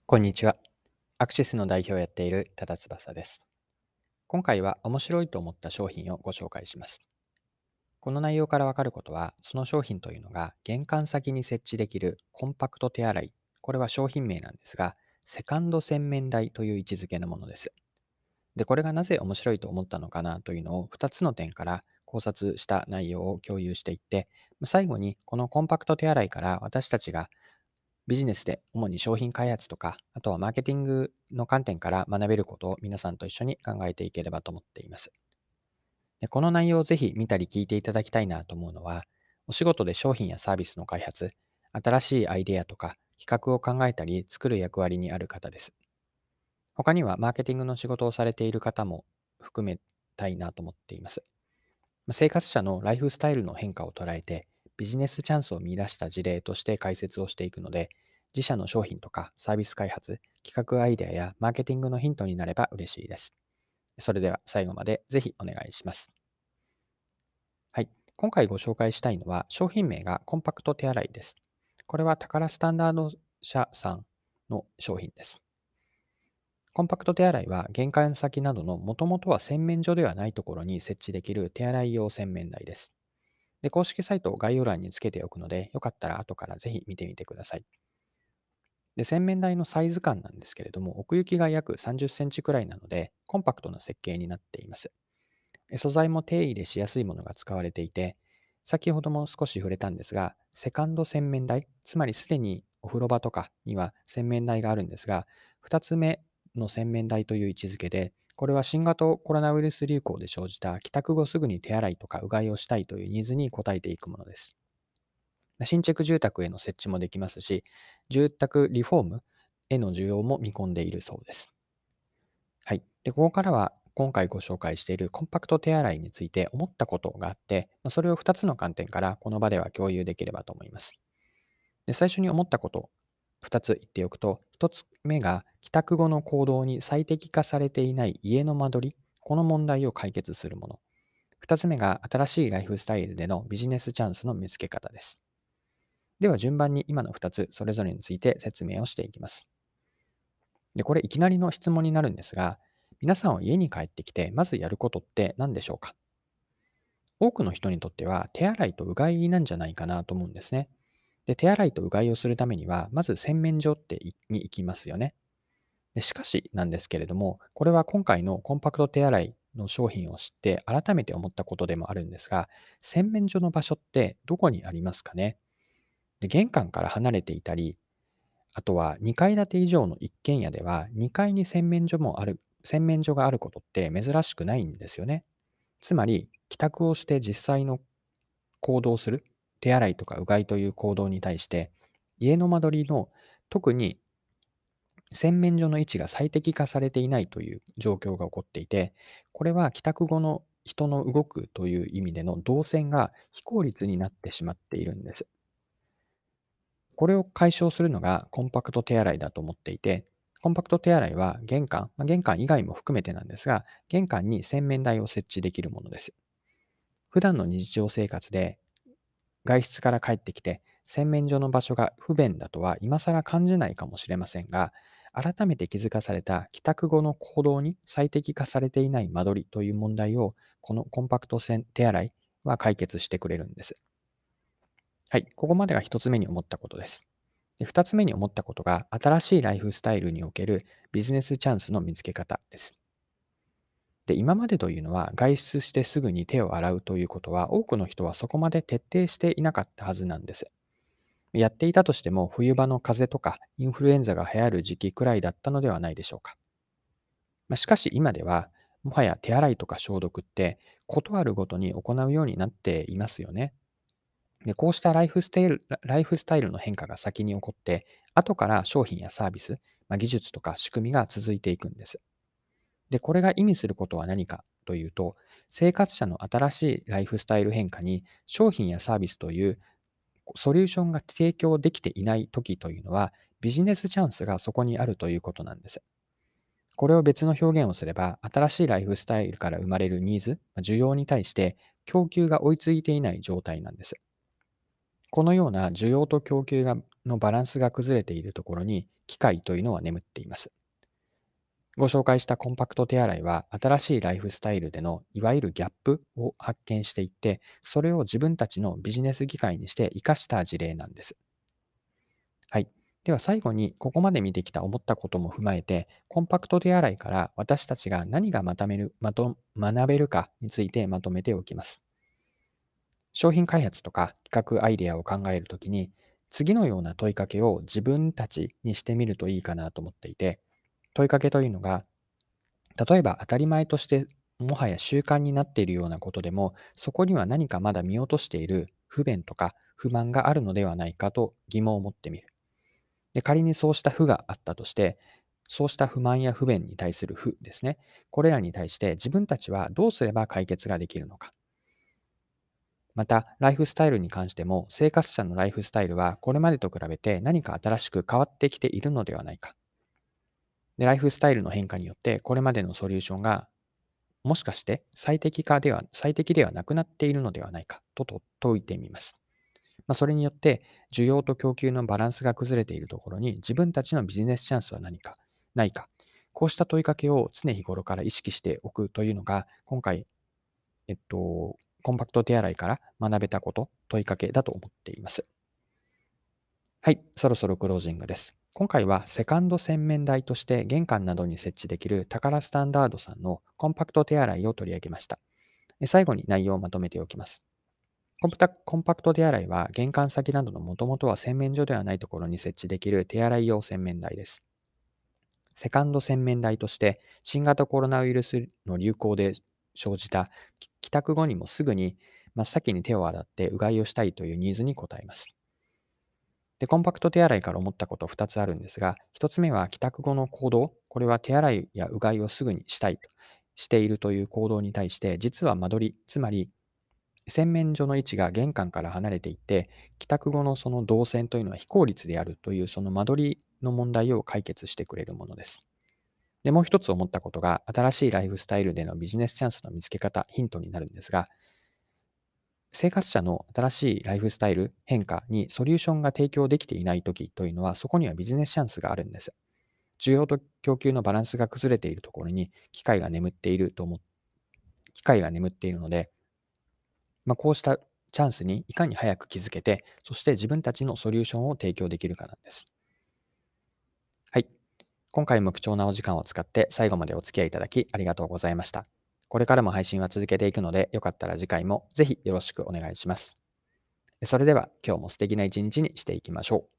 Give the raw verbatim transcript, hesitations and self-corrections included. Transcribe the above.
こんにちは。アクシスの代表をやっている多田翼です。今回は面白いと思った商品をご紹介します。この内容からわかることは、その商品というのが玄関先に設置できるコンパクト手洗い。これは商品名なんですが、セカンド洗面台という位置づけのものです。で、これがなぜ面白いと思ったのかなというのをふたつの点から考察した内容を共有していって、最後にこのコンパクト手洗いから私たちがビジネスで主に商品開発とか、あとはマーケティングの観点から学べることを皆さんと一緒に考えていければと思っています。で、この内容をぜひ見たり聞いていただきたいなと思うのは、お仕事で商品やサービスの開発、新しいアイデアとか企画を考えたり作る役割にある方です。他にはマーケティングの仕事をされている方も含めたいなと思っています。生活者のライフスタイルの変化を捉えて、ビジネスチャンスを見出した事例として解説をしていくので、自社の商品とかサービス開発、企画アイデアやマーケティングのヒントになれば嬉しいです。それでは最後までぜひお願いします。はい。今回ご紹介したいのは商品名がコンパクト手洗いです。これは宝スタンダード社さんの商品です。コンパクト手洗いは玄関先などのもともとは洗面所ではないところに設置できる手洗い用洗面台です。で、公式サイトを概要欄につけておくので、よかったら後からぜひ見てみてください。で、洗面台のサイズ感なんですけれども、奥行きが約さんじゅっセンチくらいなので、コンパクトな設計になっています。素材も手入れしやすいものが使われていて、先ほども少し触れたんですが、セカンド洗面台、つまりすでにお風呂場とかには洗面台があるんですが、ふたつめの洗面台という位置づけで、これは新型コロナウイルス流行で生じた帰宅後すぐに手洗いとかうがいをしたいというニーズに応えていくものです。新築住宅への設置もできますし、住宅リフォームへの需要も見込んでいるそうです。はい。で、ここからは今回ご紹介しているコンパクト手洗いについて思ったことがあって、まあそれをふたつの観点からこの場では共有できればと思います。で、最初に思ったことふたつ言っておくと、ひとつめが帰宅後の行動に最適化されていない家の間取り、この問題を解決するもの。ふたつめが新しいライフスタイルでのビジネスチャンスの見つけ方です。では順番に今のふたつそれぞれについて説明をしていきます。で、これいきなりの質問になるんですが、皆さんは家に帰ってきてまずやることって何でしょうか？多くの人にとっては手洗いとうがいなんじゃないかなと思うんですね。で、手洗いとうがいをするためには、まず洗面所っていに行きますよね。で、しかしなんですけれども、これは今回のコンパクト手洗いの商品を知って改めて思ったことでもあるんですが、洗面所の場所ってどこにありますかね？で、玄関から離れていたり、あとはにかい建て以上の一軒家ではにかいに洗面所もある、洗面所があることって珍しくないんですよね。つまり、帰宅をして実際の行動する、手洗いとかうがいという行動に対して、家の間取りの特に洗面所の位置が最適化されていないという状況が起こっていて、これは帰宅後の人の動くという意味での動線が非効率になってしまっているんです。これを解消するのがコンパクト手洗いだと思っていて、コンパクト手洗いは玄関、まあ、玄関以外も含めてなんですが、玄関に洗面台を設置できるものです。普段の日常生活で外出から帰ってきて洗面所の場所が不便だとは今更感じないかもしれませんが、改めて気づかされた帰宅後の行動に最適化されていない間取りという問題を、このコンパクト洗手洗いは解決してくれるんです。はい、ここまでが一つ目に思ったことです。で、二つ目に思ったことが、新しいライフスタイルにおけるビジネスチャンスの見つけ方です。で、今までというのは外出してすぐに手を洗うということは、多くの人はそこまで徹底していなかったはずなんです。やっていたとしても、冬場の風邪とかインフルエンザが流行る時期くらいだったのではないでしょうか。まあしかし今では、もはや手洗いとか消毒って、ことあるごとに行うようになっていますよね。で、こうしたライフスタイル、ラライフスタイルの変化が先に起こって、後から商品やサービス、まあ、技術とか仕組みが続いていくんです。で、これが意味することは何かというと、生活者の新しいライフスタイル変化に商品やサービスというソリューションが提供できていない時というのは、ビジネスチャンスがそこにあるということなんです。これを別の表現をすれば、新しいライフスタイルから生まれるニーズ、需要に対して供給が追いついていない状態なんです。 このような需要と供給がのバランスが崩れているところに機械というのは眠っています。ご紹介したコンパクト手洗いは、新しいライフスタイルでのいわゆるギャップを発見していって、それを自分たちのビジネス機会にして活かした事例なんです。はい。では最後に、ここまで見てきた思ったことも踏まえて、コンパクト手洗いから私たちが何がまとめる、まと、学べるかについてまとめておきます。商品開発とか企画アイデアを考えるときに、次のような問いかけを自分たちにしてみるといいかなと思っていて、問いかけというのが、例えば当たり前としてもはや習慣になっているようなことでも、そこには何かまだ見落としている不便とか不満があるのではないかと疑問を持ってみる。で、仮にそうした負があったとして、そうした不満や不便に対する負ですね。これらに対して自分たちはどうすれば解決ができるのか。また、ライフスタイルに関しても、生活者のライフスタイルはこれまでと比べて何か新しく変わってきているのではないか。で、ライフスタイルの変化によって、これまでのソリューションがもしかして最適化では、最適ではなくなっているのではないかとと問いてみます。まあ、それによって、需要と供給のバランスが崩れているところに自分たちのビジネスチャンスは何か、ないか。こうした問いかけを常日頃から意識しておくというのが、今回、えっと、コンパクト手洗いから学べたこと、問いかけだと思っています。はい、そろそろクロージングです。今回はセカンド洗面台として玄関などに設置できるタカラスタンダードさんのコンパクト手洗いを取り上げました。最後に内容をまとめておきます。コンパクコンパクト手洗いは玄関先などのもともとは洗面所ではないところに設置できる手洗い用洗面台です。セカンド洗面台として新型コロナウイルスの流行で生じた帰宅後にもすぐに真っ先に手を洗ってうがいをしたいというニーズに応えます。で、コンパクト手洗いから思ったことふたつあるんですが、ひとつめは帰宅後の行動、これは手洗いやうがいをすぐにしたいとしているという行動に対して、実は間取り、つまり洗面所の位置が玄関から離れていて、帰宅後のその動線というのは非効率であるというその間取りの問題を解決してくれるものです。で、もう一つ思ったことが、新しいライフスタイルでのビジネスチャンスの見つけ方、ヒントになるんですが、生活者の新しいライフスタイル変化にソリューションが提供できていないときというのは、そこにはビジネスチャンスがあるんです。需要と供給のバランスが崩れているところに機会が眠っていると思機会が眠っているので、まあ、こうしたチャンスにいかに早く気づけて、そして自分たちのソリューションを提供できるかなんです。はい。今回も貴重なお時間を使って最後までお付き合いいただきありがとうございました。これからも配信は続けていくので、よかったら次回もぜひよろしくお願いします。それでは今日も素敵な一日にしていきましょう。